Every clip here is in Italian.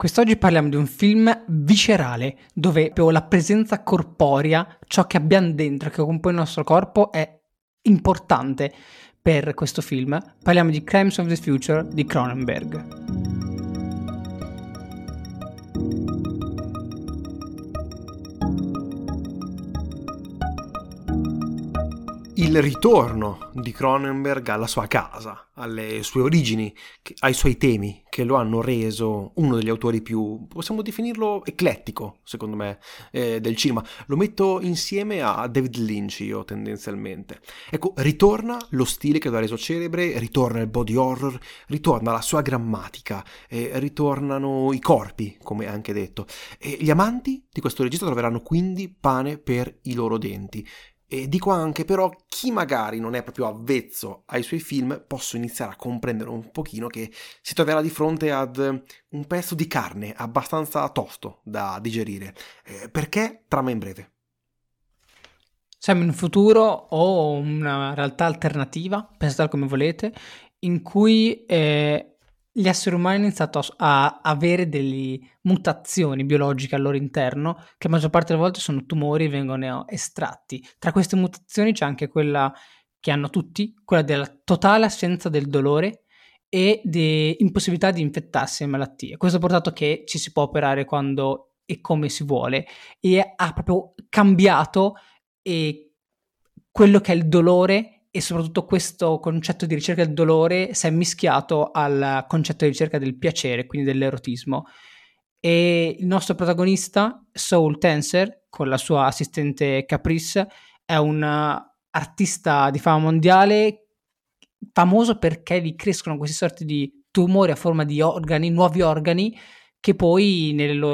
Quest'oggi parliamo di un film viscerale, dove proprio la presenza corporea, ciò che abbiamo dentro, che compone il nostro corpo, è importante per questo film. Parliamo di Crimes of the Future di Cronenberg. Il ritorno di Cronenberg alla sua casa, alle sue origini, ai suoi temi che lo hanno reso uno degli autori più, possiamo definirlo, eclettico, secondo me, del cinema. Lo metto insieme a David Lynch io tendenzialmente. Ecco, ritorna lo stile che lo ha reso celebre, ritorna il body horror, ritorna la sua grammatica, ritornano i corpi, come anche detto. E gli amanti di questo regista troveranno quindi pane per i loro denti. E dico anche però, chi magari non è proprio avvezzo ai suoi film, posso iniziare a comprendere un pochino che si troverà di fronte ad un pezzo di carne abbastanza tosto da digerire. Perché? Trama in breve. Siamo in un futuro o una realtà alternativa, pensatela come volete, in cui gli esseri umani hanno iniziato a avere delle mutazioni biologiche al loro interno, che la maggior parte delle volte sono tumori e vengono estratti. Tra queste mutazioni c'è anche quella che hanno tutti, quella della totale assenza del dolore e di impossibilità di infettarsi di malattie. Questo ha portato che ci si può operare quando e come si vuole, e ha proprio cambiato quello che è il dolore, e soprattutto questo concetto di ricerca del dolore si è mischiato al concetto di ricerca del piacere, quindi dell'erotismo. E il nostro protagonista, Saul Tenser, con la sua assistente Caprice, è un artista di fama mondiale, famoso perché gli crescono queste sorti di tumori a forma di organi, nuovi organi, che poi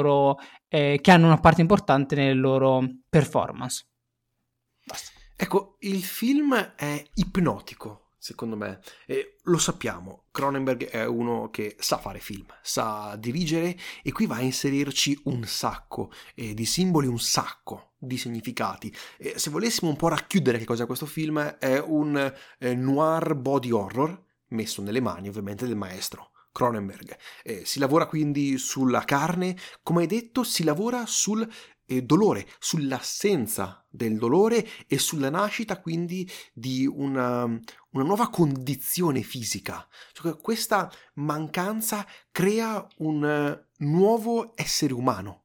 che hanno una parte importante nelle loro performance. Basta. Ecco, il film è ipnotico, secondo me. E lo sappiamo, Cronenberg è uno che sa fare film, sa dirigere, e qui va a inserirci un sacco di simboli, un sacco di significati. Se volessimo un po' racchiudere che cos'è questo film, è un noir body horror messo nelle mani ovviamente del maestro Cronenberg. Si lavora quindi sulla carne, come hai detto, si lavora sul dolore, sull'assenza del dolore e sulla nascita quindi di una nuova condizione fisica. Cioè, questa mancanza crea un nuovo essere umano.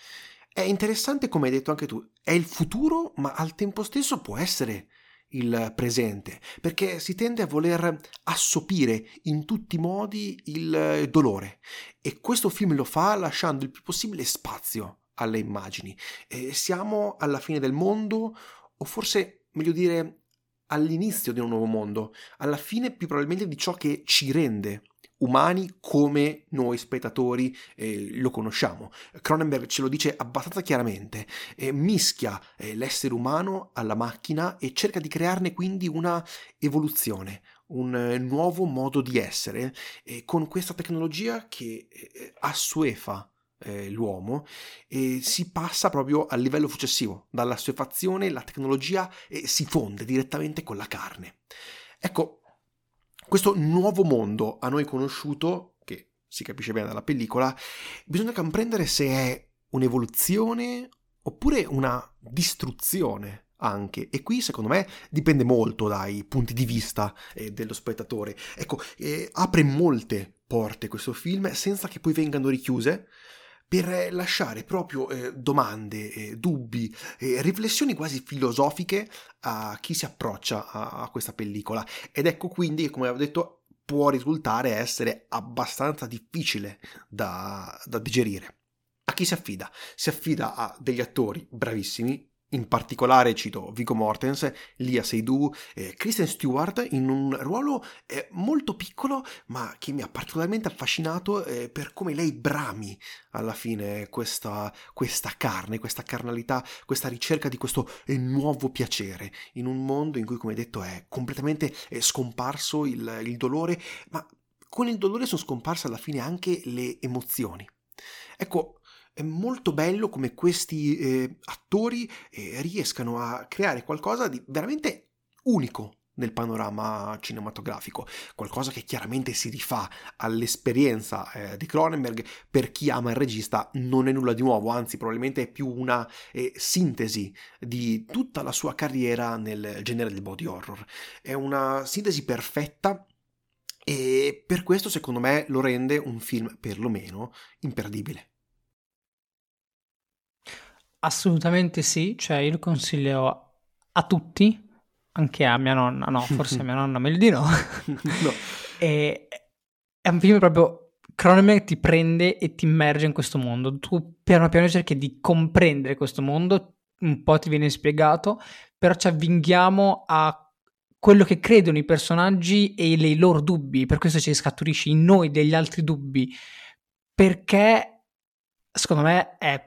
È interessante, come hai detto anche tu, è il futuro, ma al tempo stesso può essere il presente, perché si tende a voler assopire in tutti i modi il dolore, e questo film lo fa lasciando il più possibile spazio alle immagini. Siamo alla fine del mondo, o forse meglio dire all'inizio di un nuovo mondo, alla fine più probabilmente di ciò che ci rende umani come noi spettatori lo conosciamo. Cronenberg ce lo dice abbastanza chiaramente, mischia l'essere umano alla macchina e cerca di crearne quindi una evoluzione, un nuovo modo di essere, con questa tecnologia che assuefa l'uomo, e si passa proprio al livello successivo. Dalla assuefazione la tecnologia si fonde direttamente con la carne. Ecco, questo nuovo mondo a noi conosciuto, che si capisce bene dalla pellicola, bisogna comprendere se è un'evoluzione oppure una distruzione anche, e qui secondo me dipende molto dai punti di vista dello spettatore. Ecco, apre molte porte questo film senza che poi vengano richiuse, per lasciare proprio domande, dubbi, riflessioni quasi filosofiche a chi si approccia a questa pellicola. Ed ecco quindi, come avevo detto, può risultare essere abbastanza difficile da digerire. A chi si affida? Si affida a degli attori bravissimi. In particolare cito Viggo Mortensen, Lia Seydoux, Kristen Stewart in un ruolo molto piccolo, ma che mi ha particolarmente affascinato per come lei brami alla fine questa carne, questa carnalità, questa ricerca di questo nuovo piacere in un mondo in cui, come detto, è completamente scomparso il dolore, ma con il dolore sono scomparse alla fine anche le emozioni. Ecco, è molto bello come questi attori riescano a creare qualcosa di veramente unico nel panorama cinematografico, qualcosa che chiaramente si rifà all'esperienza di Cronenberg. Per chi ama il regista non è nulla di nuovo, anzi probabilmente è più una sintesi di tutta la sua carriera nel genere del body horror. È una sintesi perfetta e per questo secondo me lo rende un film perlomeno imperdibile. Assolutamente sì, cioè io lo consiglio a tutti, anche a mia nonna, no, forse a mia nonna meglio di no. No. E è un film proprio, Cronenberg ti prende e ti immerge in questo mondo, tu piano piano cerchi di comprendere questo mondo, un po' ti viene spiegato, però ci avvinghiamo a quello che credono i personaggi e i loro dubbi, per questo ci scaturisce in noi degli altri dubbi, perché secondo me è,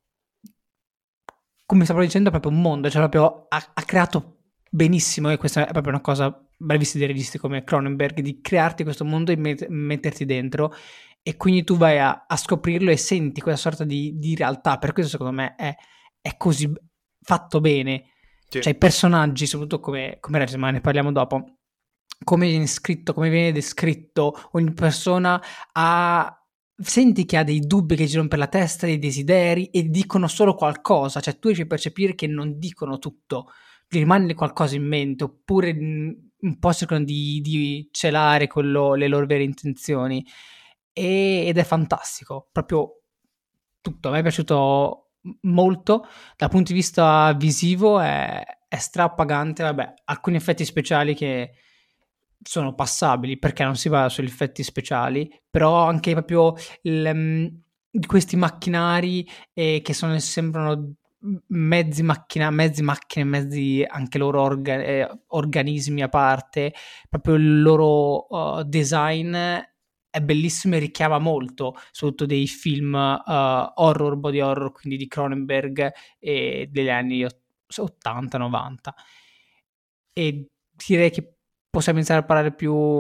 come stavo dicendo, è proprio un mondo, cioè proprio ha creato benissimo, e questa è proprio una cosa bravissima dei registi come Cronenberg, di crearti questo mondo e metterti dentro, e quindi tu vai a scoprirlo e senti quella sorta di realtà. Per questo secondo me è così fatto bene. Sì. Cioè i personaggi, soprattutto come Regis, ma ne parliamo dopo, come viene scritto, come viene descritto, ogni persona senti che ha dei dubbi che girano per la testa, dei desideri, e dicono solo qualcosa, cioè tu riesci a percepire che non dicono tutto, gli rimane qualcosa in mente, oppure un po' cercano di celare le loro vere intenzioni, ed è fantastico, proprio tutto. A me è piaciuto molto, dal punto di vista visivo è strappagante. Vabbè, alcuni effetti speciali che sono passabili perché non si va sugli effetti speciali, però anche proprio questi macchinari che sembrano mezzi macchine, mezzi anche loro organismi a parte, proprio il loro design è bellissimo e richiama molto, soprattutto dei film horror, body horror, quindi di Cronenberg e degli anni 80-90. E direi che possiamo iniziare a parlare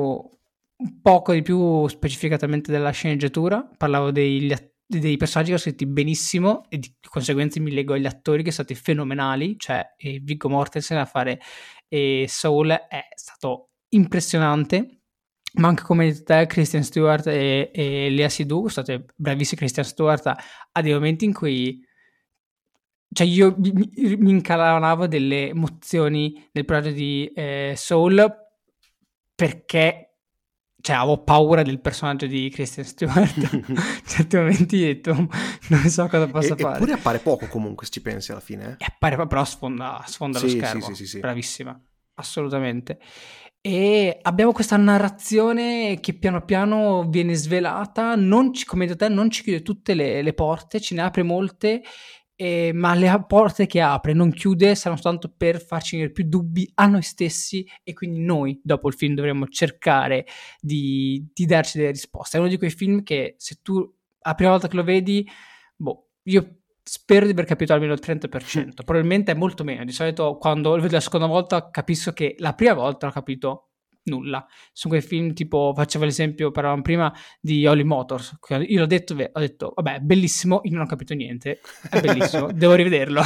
un poco di più specificatamente della sceneggiatura. Parlavo dei personaggi che sono scritti benissimo e di conseguenza mi leggo agli attori che sono stati fenomenali, cioè Viggo Mortensen a fare Saul è stato impressionante, ma anche come hai detto te, Kristen Stewart e Lea Seydoux sono state bravissime. Kristen Stewart ha dei momenti in cui, cioè io mi incalavavo delle emozioni nel progetto di Soul, perché cioè avevo paura del personaggio di Kristen Stewart. In certi momenti ho detto non so cosa possa fare, eppure appare poco comunque, se ci pensi alla fine. e appare, però sfonda lo schermo. Sì. Bravissima, assolutamente. E abbiamo questa narrazione che piano piano viene svelata, come hai detto te, non ci chiude tutte le porte, ce ne apre molte, ma le porte che apre, non chiude, saranno soltanto per farci venire più dubbi a noi stessi, e quindi noi dopo il film dovremmo cercare di darci delle risposte. È uno di quei film che se tu la prima volta che lo vedi, io spero di aver capito almeno il 30%, probabilmente è molto meno. Di solito quando lo vedo la seconda volta capisco che la prima volta ho capito nulla. Sono quei film tipo, facevo l'esempio, parlavamo prima di Holly Motors, io ho detto vabbè, bellissimo, io non ho capito niente, è bellissimo, devo rivederlo.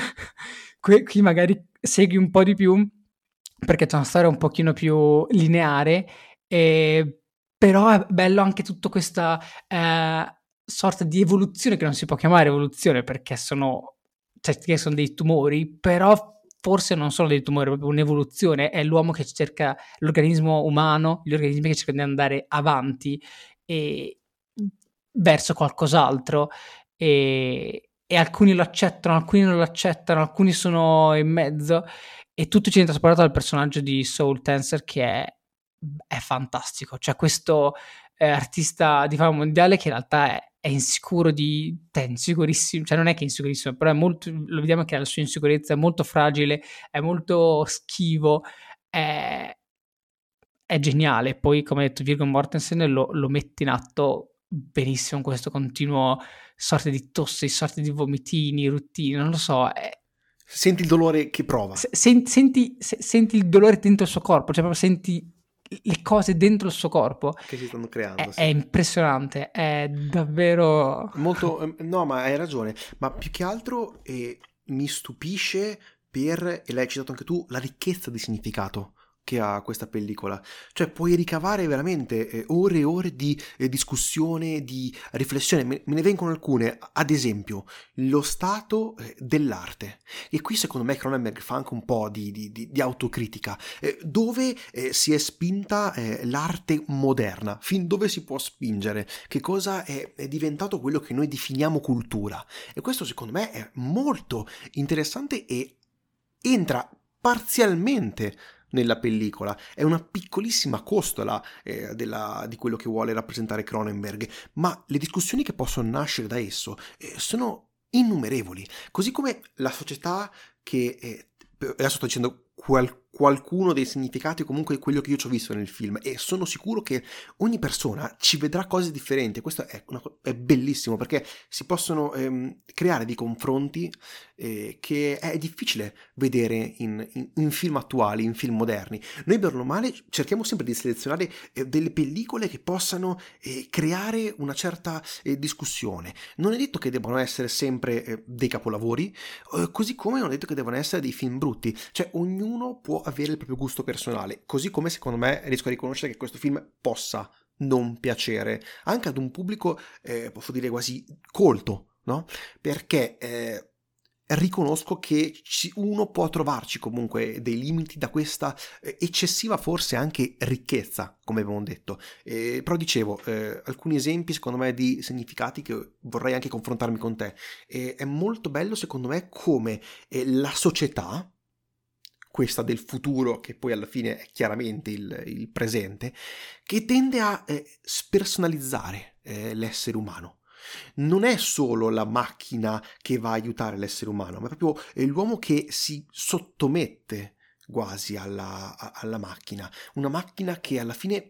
Qui magari segui un po' di più perché c'è una storia un pochino più lineare, però è bello anche tutta questa sorta di evoluzione, che non si può chiamare evoluzione perché sono dei tumori, però forse non sono dei tumori, è proprio un'evoluzione, è l'uomo che cerca, l'organismo umano, gli organismi che cercano di andare avanti e verso qualcos'altro, e alcuni lo accettano, alcuni non lo accettano, alcuni sono in mezzo, e tutto ci viene trasportato dal personaggio di Saul Tenser, che è fantastico. Cioè questo artista di fama mondiale che in realtà è insicuro è insicurissimo, cioè non è che è insicurissimo, però lo vediamo che ha la sua insicurezza, è molto fragile, è molto schivo, è geniale. Poi, come ha detto Viggo Mortensen, lo mette in atto benissimo, questo continuo sorte di tosse, sorte di vomitini, ruttini, non lo so. Senti il dolore che prova. Senti il dolore dentro il suo corpo, cioè proprio senti le cose dentro il suo corpo che si stanno creando. È impressionante, è davvero molto. No, ma hai ragione, ma più che altro mi stupisce e l'hai citato anche tu, la ricchezza di significato che ha questa pellicola. Cioè puoi ricavare veramente ore e ore di discussione, di riflessione. Me ne vengono alcune, ad esempio, lo stato dell'arte. E qui secondo me Cronenberg fa anche un po' di autocritica, dove si è spinta l'arte moderna, fin dove si può spingere, che cosa è diventato quello che noi definiamo cultura. E questo secondo me è molto interessante e entra parzialmente nella pellicola, è una piccolissima costola di quello che vuole rappresentare Cronenberg, ma le discussioni che possono nascere da esso sono innumerevoli, così come la società che adesso sto dicendo qualcuno dei significati o comunque quello che io ci ho visto nel film, e sono sicuro che ogni persona ci vedrà cose differenti. Questo è bellissimo, perché si possono creare dei confronti che è difficile vedere in film attuali, in film moderni. Noi bene o male cerchiamo sempre di selezionare delle pellicole che possano creare una certa discussione. Non è detto che debbano essere sempre dei capolavori, così come non è detto che devono essere dei film brutti. Cioè ognuno può avere il proprio gusto personale, così come secondo me riesco a riconoscere che questo film possa non piacere anche ad un pubblico posso dire quasi colto, no? Perché riconosco che uno può trovarci comunque dei limiti da questa eccessiva forse anche ricchezza, come abbiamo detto. Però dicevo, alcuni esempi secondo me di significati che vorrei anche confrontarmi con te. È molto bello secondo me come la società, questa del futuro, che poi alla fine è chiaramente il presente, che tende a spersonalizzare l'essere umano. Non è solo la macchina che va a aiutare l'essere umano, ma è proprio l'uomo che si sottomette quasi alla macchina, una macchina che alla fine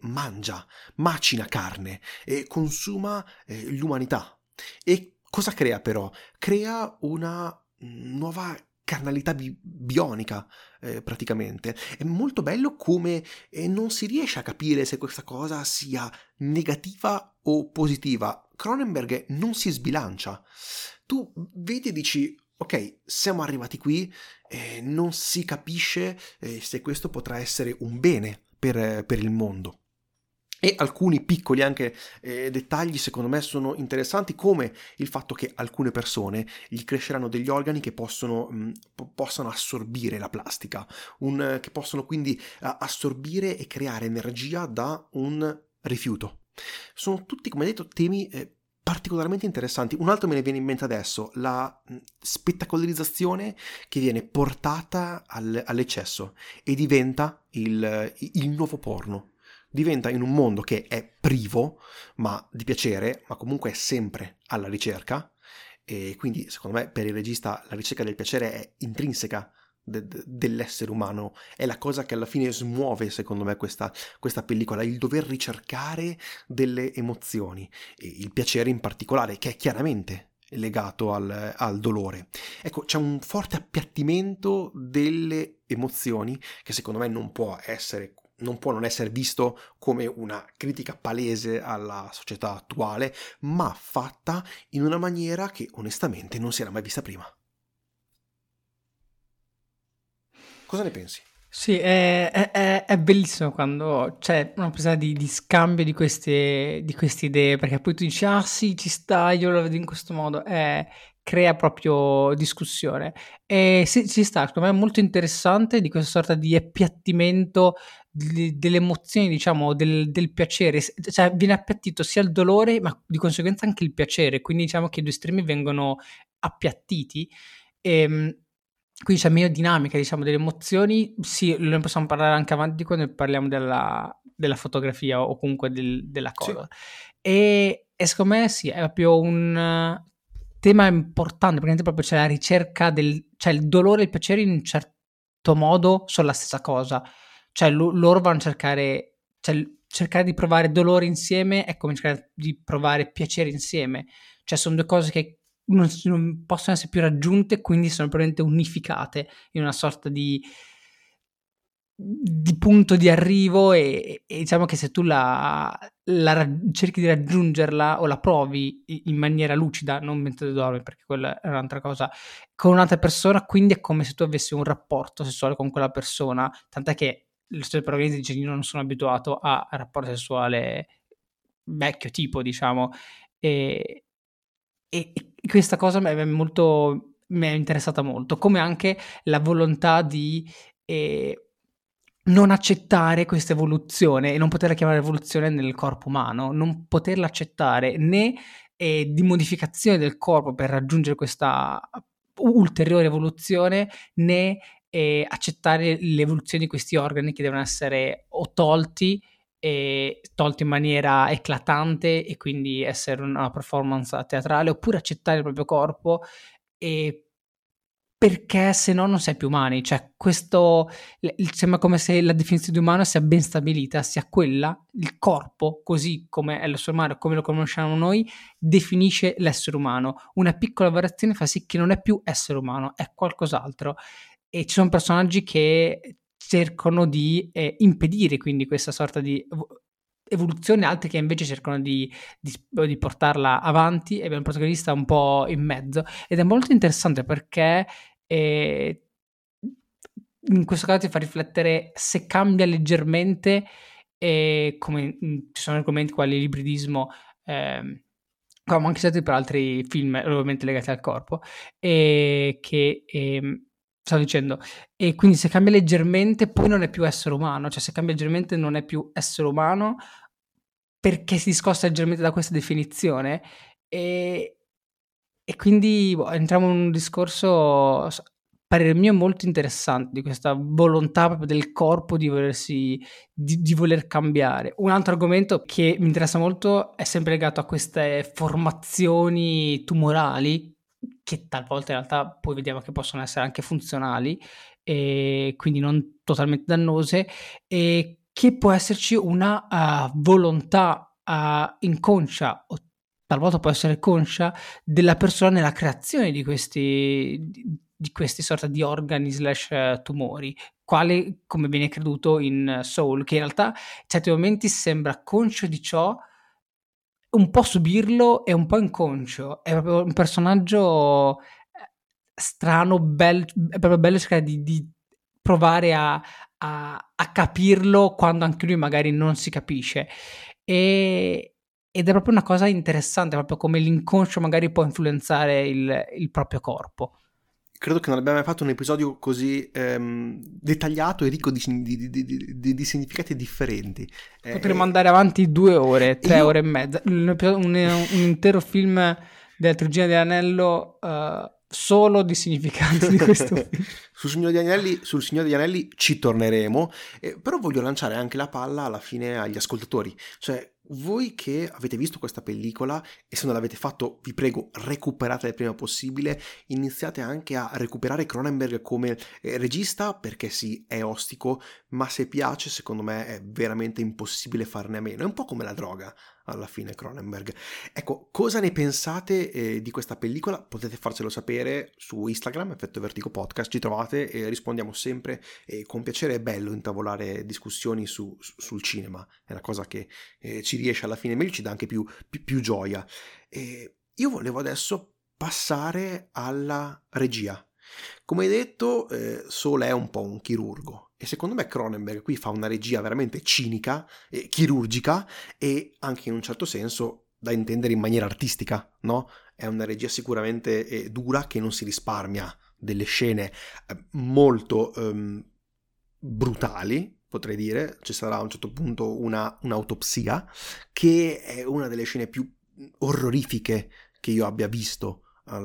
macina carne e consuma l'umanità. E cosa crea però? Crea una nuova carnalità bionica praticamente. È molto bello come non si riesce a capire se questa cosa sia negativa o positiva. Cronenberg non si sbilancia. Tu vedi e dici, ok, siamo arrivati qui, non si capisce se questo potrà essere un bene per il mondo. E alcuni piccoli anche dettagli secondo me sono interessanti, come il fatto che alcune persone gli cresceranno degli organi che possano assorbire la plastica, che possono quindi assorbire e creare energia da un rifiuto. Sono tutti, come detto, temi particolarmente interessanti. Un altro me ne viene in mente adesso, la spettacolarizzazione che viene portata all'eccesso e diventa il nuovo porno. Diventa, in un mondo che è privo di piacere, ma comunque è sempre alla ricerca, e quindi secondo me per il regista la ricerca del piacere è intrinseca dell'essere umano, è la cosa che alla fine smuove secondo me questa pellicola, il dover ricercare delle emozioni, e il piacere in particolare, che è chiaramente legato al dolore. Ecco, c'è un forte appiattimento delle emozioni che secondo me non può non essere visto come una critica palese alla società attuale, ma fatta in una maniera che onestamente non si era mai vista prima. Cosa ne pensi? Sì, è bellissimo quando c'è una possibilità di scambio di queste idee, perché poi tu dici, ah sì, ci sta, io lo vedo in questo modo, crea proprio discussione. E sì, ci sta, secondo me è molto interessante di questa sorta di appiattimento delle emozioni, diciamo, del piacere, cioè viene appiattito sia il dolore, ma di conseguenza anche il piacere, quindi diciamo che i due estremi vengono appiattiti. Quindi c'è meno dinamica, diciamo, delle emozioni. Sì, ne possiamo parlare anche avanti quando parliamo della fotografia o comunque della Sì. cosa. E secondo me sì, è proprio un tema importante, perché proprio c'è la ricerca cioè il dolore e il piacere in un certo modo sono la stessa cosa. Cioè loro vanno a cercare di provare dolore insieme è come cercare di provare piacere insieme. Cioè sono due cose che non possono essere più raggiunte, quindi sono probabilmente unificate in una sorta di punto di arrivo, e diciamo che se tu cerchi di raggiungerla o la provi in maniera lucida, non mentre dormi, perché quella è un'altra cosa, con un'altra persona, quindi è come se tu avessi un rapporto sessuale con quella persona, tant'è che lo stesso protagonista dice io non sono abituato a rapporto sessuale vecchio tipo, diciamo, e, e questa cosa mi è interessata molto, come anche la volontà di non accettare questa evoluzione e non poterla chiamare evoluzione nel corpo umano, non poterla accettare né di modificazione del corpo per raggiungere questa ulteriore evoluzione, né accettare l'evoluzione di questi organi che devono essere o tolti in maniera eclatante e quindi essere una performance teatrale, oppure accettare il proprio corpo e perché se no non sei più umani, cioè questo sembra come se la definizione di umano sia ben stabilita, sia quella, il corpo, così come è l'essere umano, come lo conosciamo noi, definisce l'essere umano. Una piccola variazione fa sì che non è più essere umano, è qualcos'altro. E ci sono personaggi che cercano di impedire quindi questa sorta di evoluzione, altri che invece cercano di portarla avanti, e abbiamo un protagonista un po' in mezzo, ed è molto interessante perché in questo caso ti fa riflettere se cambia leggermente, come ci sono argomenti quali l'ibridismo, come anche stati per altri film ovviamente legati al corpo, che stavo dicendo, e quindi se cambia leggermente poi non è più essere umano, cioè se cambia leggermente non è più essere umano perché si discosta leggermente da questa definizione, e quindi entriamo in un discorso, parere mio, molto interessante di questa volontà proprio del corpo di voler cambiare. Un altro argomento che mi interessa molto è sempre legato a queste formazioni tumorali, che talvolta in realtà poi vediamo che possono essere anche funzionali e quindi non totalmente dannose, e che può esserci una volontà inconscia, o talvolta può essere conscia, della persona nella creazione di questi sorta di organi / tumori, quale come viene creduto in Soul, che in realtà in certi momenti sembra conscio di ciò, un po' subirlo e un po' inconscio. È proprio un personaggio strano, è proprio bello cercare di provare a capirlo quando anche lui magari non si capisce. Ed è proprio una cosa interessante, proprio come l'inconscio magari può influenzare il proprio corpo. Credo che non abbiamo mai fatto un episodio così dettagliato e ricco di significati differenti. Potremmo andare avanti 2 ore, 3 ore e mezza. Un intero film della trilogia dell'Anello solo di significati di questo film. Sul Signore degli Anelli ci torneremo, però voglio lanciare anche la palla alla fine agli ascoltatori. Cioè, voi che avete visto questa pellicola, e se non l'avete fatto vi prego recuperatela il prima possibile, iniziate anche a recuperare Cronenberg come regista, perché sì, è ostico, ma se piace secondo me è veramente impossibile farne a meno. È un po' come la droga alla fine Cronenberg. Ecco, cosa ne pensate di questa pellicola? Potete farcelo sapere su Instagram, Effetto Vertigo Podcast, ci trovate e rispondiamo sempre, e con piacere. È bello intavolare discussioni sul cinema, è una cosa che ci riesce alla fine meglio, ci dà anche più gioia. Io volevo adesso passare alla regia. Come hai detto, Saul è un po' un chirurgo, e secondo me Cronenberg qui fa una regia veramente cinica, chirurgica, e anche in un certo senso da intendere in maniera artistica, no? È una regia sicuramente dura, che non si risparmia delle scene molto brutali, potrei dire. Ci sarà a un certo punto un'autopsia, che è una delle scene più orrorifiche che io abbia visto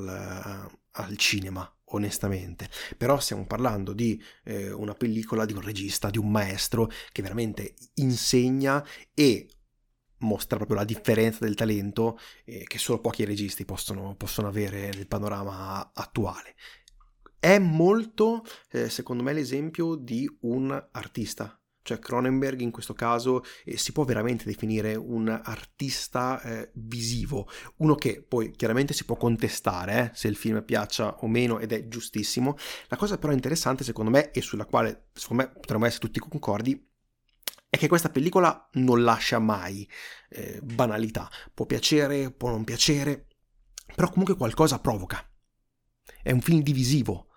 al cinema, onestamente. Però stiamo parlando di una pellicola, di un regista, di un maestro che veramente insegna e mostra proprio la differenza del talento che solo pochi registi possono avere nel panorama attuale. È molto, secondo me, l'esempio di un artista. Cioè Cronenberg in questo caso si può veramente definire un artista visivo, uno che poi chiaramente si può contestare se il film piaccia o meno, ed è giustissimo. La cosa però interessante secondo me, e sulla quale secondo me potremmo essere tutti concordi, è che questa pellicola non lascia mai banalità. Può piacere, può non piacere, però comunque qualcosa provoca. È un film divisivo.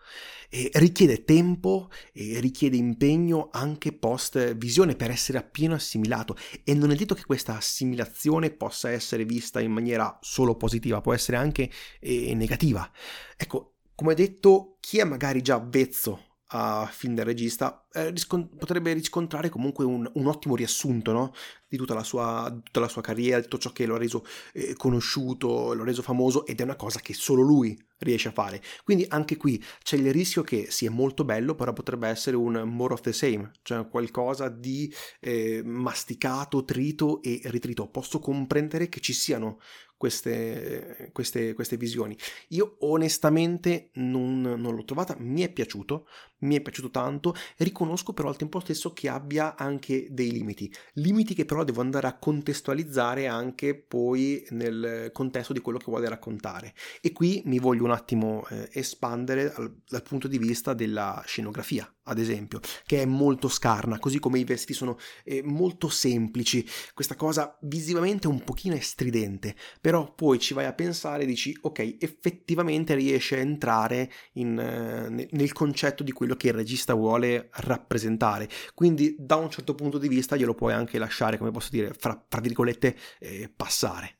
E richiede tempo e richiede impegno anche post visione per essere appieno assimilato, e non è detto che questa assimilazione possa essere vista in maniera solo positiva, può essere anche negativa. Ecco, come detto, chi è magari già avvezzo a film del regista potrebbe riscontrare comunque un ottimo riassunto, no? Di tutta la sua carriera, di tutto ciò che lo ha reso conosciuto, lo ha reso famoso, ed è una cosa che solo lui riesce a fare. Quindi anche qui c'è il rischio che sia molto bello, però potrebbe essere un more of the same, cioè qualcosa di masticato, trito e ritrito. Posso comprendere che ci siano queste visioni. Io onestamente non l'ho trovata, mi è piaciuto tanto, riconosco però al tempo stesso che abbia anche dei limiti che però devo andare a contestualizzare anche poi nel contesto di quello che vuole raccontare. E qui mi voglio un attimo espandere dal punto di vista della scenografia, ad esempio, che è molto scarna, così come i vestiti sono molto semplici. Questa cosa visivamente un pochino è stridente, però poi ci vai a pensare e dici ok, effettivamente riesce a entrare nel concetto di quello che il regista vuole rappresentare, quindi da un certo punto di vista glielo puoi anche lasciare, come posso dire, fra virgolette, passare.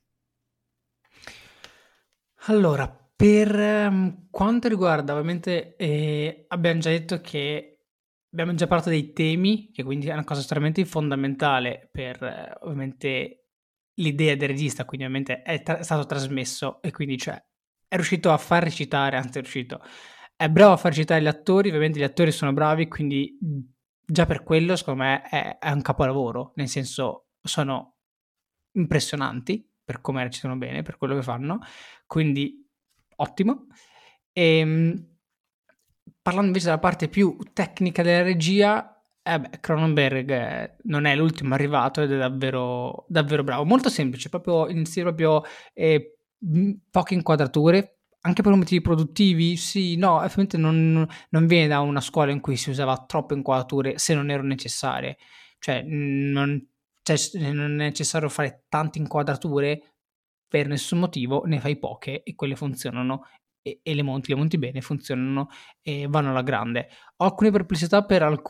Allora, per quanto riguarda, ovviamente, abbiamo già detto che abbiamo già parlato dei temi, che quindi è una cosa estremamente fondamentale per ovviamente l'idea del regista, quindi ovviamente è stato trasmesso e quindi cioè è riuscito a far recitare, anzi è bravo a far recitare gli attori, ovviamente gli attori sono bravi, quindi già per quello secondo me è un capolavoro, nel senso sono impressionanti per come recitano bene, per quello che fanno, quindi ottimo. Parlando invece della parte più tecnica della regia, Cronenberg non è l'ultimo arrivato ed è davvero, davvero bravo. Molto semplice, proprio in stile proprio poche inquadrature, anche per motivi produttivi, sì, no, effettivamente non viene da una scuola in cui si usava troppe inquadrature se non erano necessarie. Cioè, non è necessario fare tante inquadrature per nessun motivo, ne fai poche e quelle funzionano e le monti bene, funzionano e vanno alla grande. Ho alcune perplessità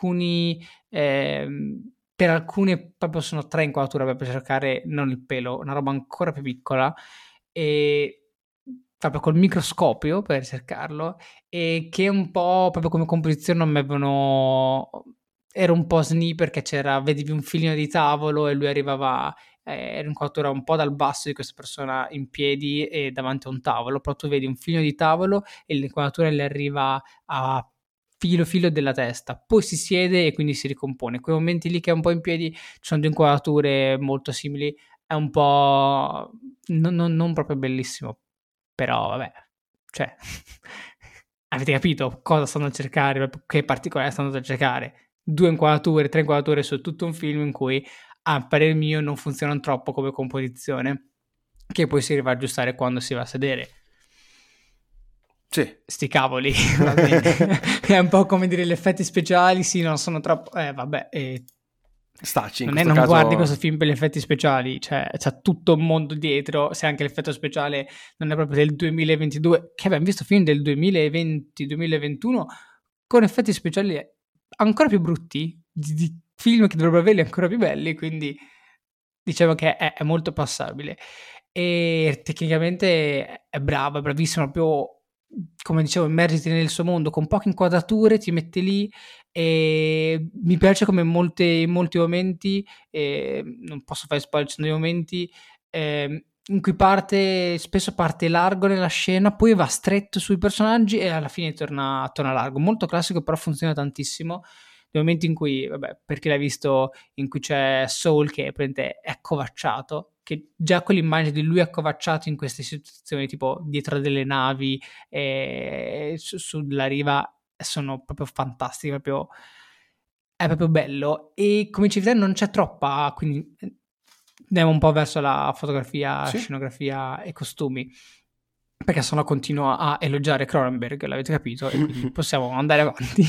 per alcune proprio sono 3 inquadrature per cercare non il pelo, una roba ancora più piccola e proprio col microscopio per cercarlo e che un po' proprio come composizione non mi avevano ero un po' sni perché vedevi un filino di tavolo e lui arrivava era un'inquadratura un po' dal basso di questa persona in piedi e davanti a un tavolo, però tu vedi un filino di tavolo e l'inquadratura le arriva a filo della testa, poi si siede e quindi si ricompone. Quei momenti lì che è un po' in piedi, ci sono 2 inquadrature molto simili, è un po' non proprio bellissimo, però vabbè, cioè avete capito cosa stanno a cercare, che particolare stanno a cercare. 2 inquadrature, 3 inquadrature su tutto un film in cui a parer mio non funzionano troppo come composizione, che poi si va a aggiustare quando si va a sedere. Sì. Sti cavoli, va bene. È un po' come dire gli effetti speciali, sì, non sono troppo... vabbè, Stacci, in non è questo non guardi caso... questo film per gli effetti speciali, cioè c'è tutto un mondo dietro, se anche l'effetto speciale non è proprio del 2022, che abbiamo visto film del 2020-2021 con effetti speciali ancora più brutti, di film che dovrebbero averli ancora più belli, quindi diciamo che è molto passabile. E tecnicamente è bravo, è bravissimo, proprio come dicevo, immergiti nel suo mondo con poche inquadrature, ti mette lì e mi piace come in molti momenti, non posso fare spoiler, ci sono dei momenti in cui spesso parte largo nella scena, poi va stretto sui personaggi e alla fine torna largo. Molto classico, però funziona tantissimo. Nel momento in cui, vabbè, per chi l'ha visto, in cui c'è Saul che è accovacciato, che già quell'immagine di lui accovacciato in queste situazioni, tipo dietro delle navi, sulla riva, sono proprio fantastiche, è proprio bello. E come dicevi te, non c'è troppa, quindi andiamo un po' verso la fotografia, Sì. scenografia e costumi. Perché sennò continuo a elogiare Cronenberg, l'avete capito, e quindi possiamo andare avanti.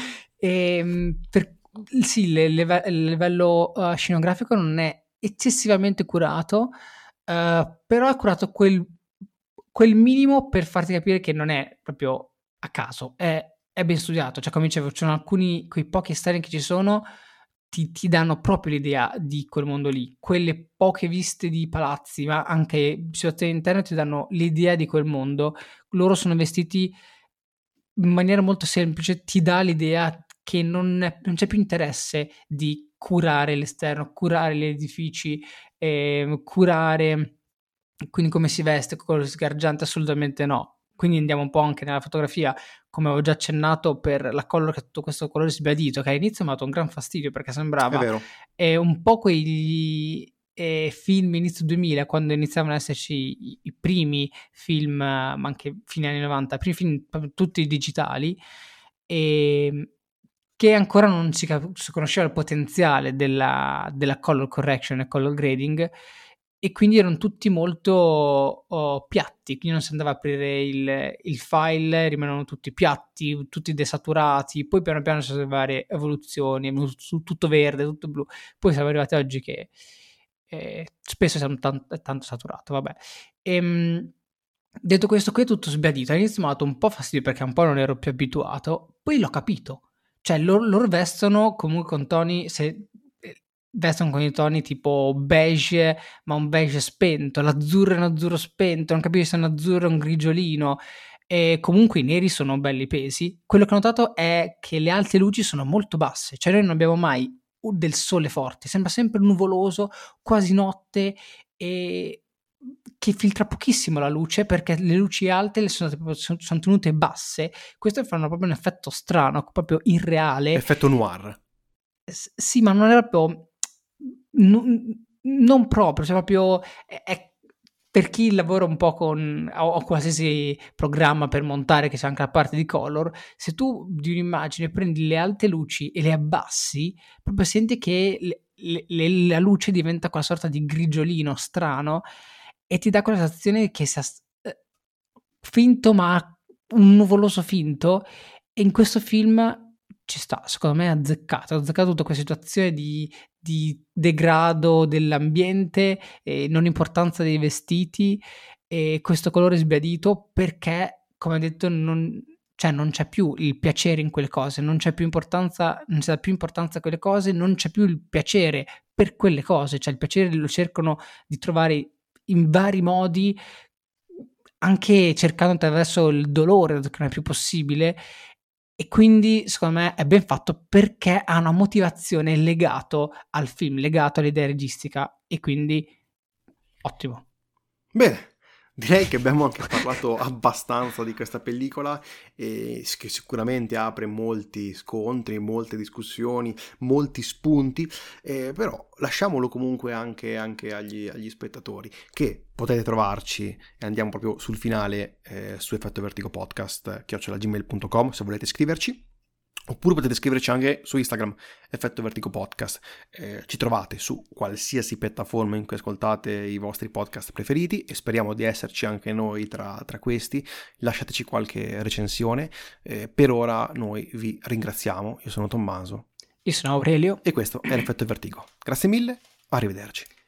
Sì, il livello scenografico non è eccessivamente curato, però è curato quel minimo per farti capire che non è proprio a caso, è è ben studiato, cioè come dicevo, ci sono alcuni, quei pochi esterni che ci sono, ti danno proprio l'idea di quel mondo lì, quelle poche viste di palazzi, ma anche situazioni interne ti danno l'idea di quel mondo, loro sono vestiti in maniera molto semplice, ti dà l'idea che non c'è più interesse di curare l'esterno, curare gli edifici, curare quindi come si veste, quello sgargiante, assolutamente no. Quindi andiamo un po' anche nella fotografia, come avevo già accennato per la color, che tutto questo colore sbiadito, che all'inizio mi ha dato un gran fastidio perché È sembrava vero. un po' quegli film inizio 2000, quando iniziavano ad esserci i primi film, ma anche fine anni 90, i primi film proprio tutti digitali, che ancora non si conosceva il potenziale della color correction e color grading, e quindi erano tutti molto piatti, quindi non si andava a aprire il file, rimanevano tutti piatti, tutti desaturati, poi piano piano ci sono varie evoluzioni, è venuto tutto verde, tutto blu, poi siamo arrivati oggi che spesso siamo tanto saturato, vabbè. Detto questo qui è tutto sbiadito, all'inizio mi ha dato un po' fastidio perché un po' non ero più abituato, poi l'ho capito, cioè loro vestono comunque con toni, vestono con i toni tipo beige, ma un beige spento, l'azzurro è un azzurro spento, non capisci se è un azzurro o un grigiolino, e comunque i neri sono belli pesi. Quello che ho notato è che le alte luci sono molto basse, cioè noi non abbiamo mai del sole forte, sembra sempre nuvoloso, quasi notte, e che filtra pochissimo la luce perché le luci alte sono tenute basse. Questo fa proprio un effetto strano, proprio irreale. Effetto noir. Sì, ma non è proprio, non proprio, cioè proprio è per chi lavora un po' con o qualsiasi programma per montare, che c'è anche la parte di color, se tu di un'immagine prendi le alte luci e le abbassi, proprio senti che la luce diventa quella sorta di grigiolino strano e ti dà quella sensazione che sia finto, ma un nuvoloso finto, e in questo film ci sta, secondo me è azzeccato tutta questa situazione di degrado dell'ambiente, non importanza dei vestiti, e questo colore sbiadito perché, come hai detto, non c'è più il piacere in quelle cose, non c'è più importanza, non si dà più importanza a quelle cose, non c'è più il piacere per quelle cose, cioè il piacere lo cercano di trovare in vari modi, anche cercando attraverso il dolore, che non è più possibile, e quindi secondo me è ben fatto perché ha una motivazione legato al film, legato all'idea registica, e quindi ottimo. Bene, direi che abbiamo anche parlato abbastanza di questa pellicola, e che sicuramente apre molti scontri, molte discussioni, molti spunti, però lasciamolo comunque anche agli spettatori, che potete trovarci, e andiamo proprio sul finale, su Effetto Vertigo Podcast @gmail.com se volete scriverci. Oppure potete scriverci anche su Instagram, Effetto Vertigo Podcast. Ci trovate su qualsiasi piattaforma in cui ascoltate i vostri podcast preferiti, e speriamo di esserci anche noi tra questi. Lasciateci qualche recensione. Per ora noi vi ringraziamo. Io sono Tommaso. Io sono Aurelio. E questo è l'Effetto Vertigo. Grazie mille, arrivederci.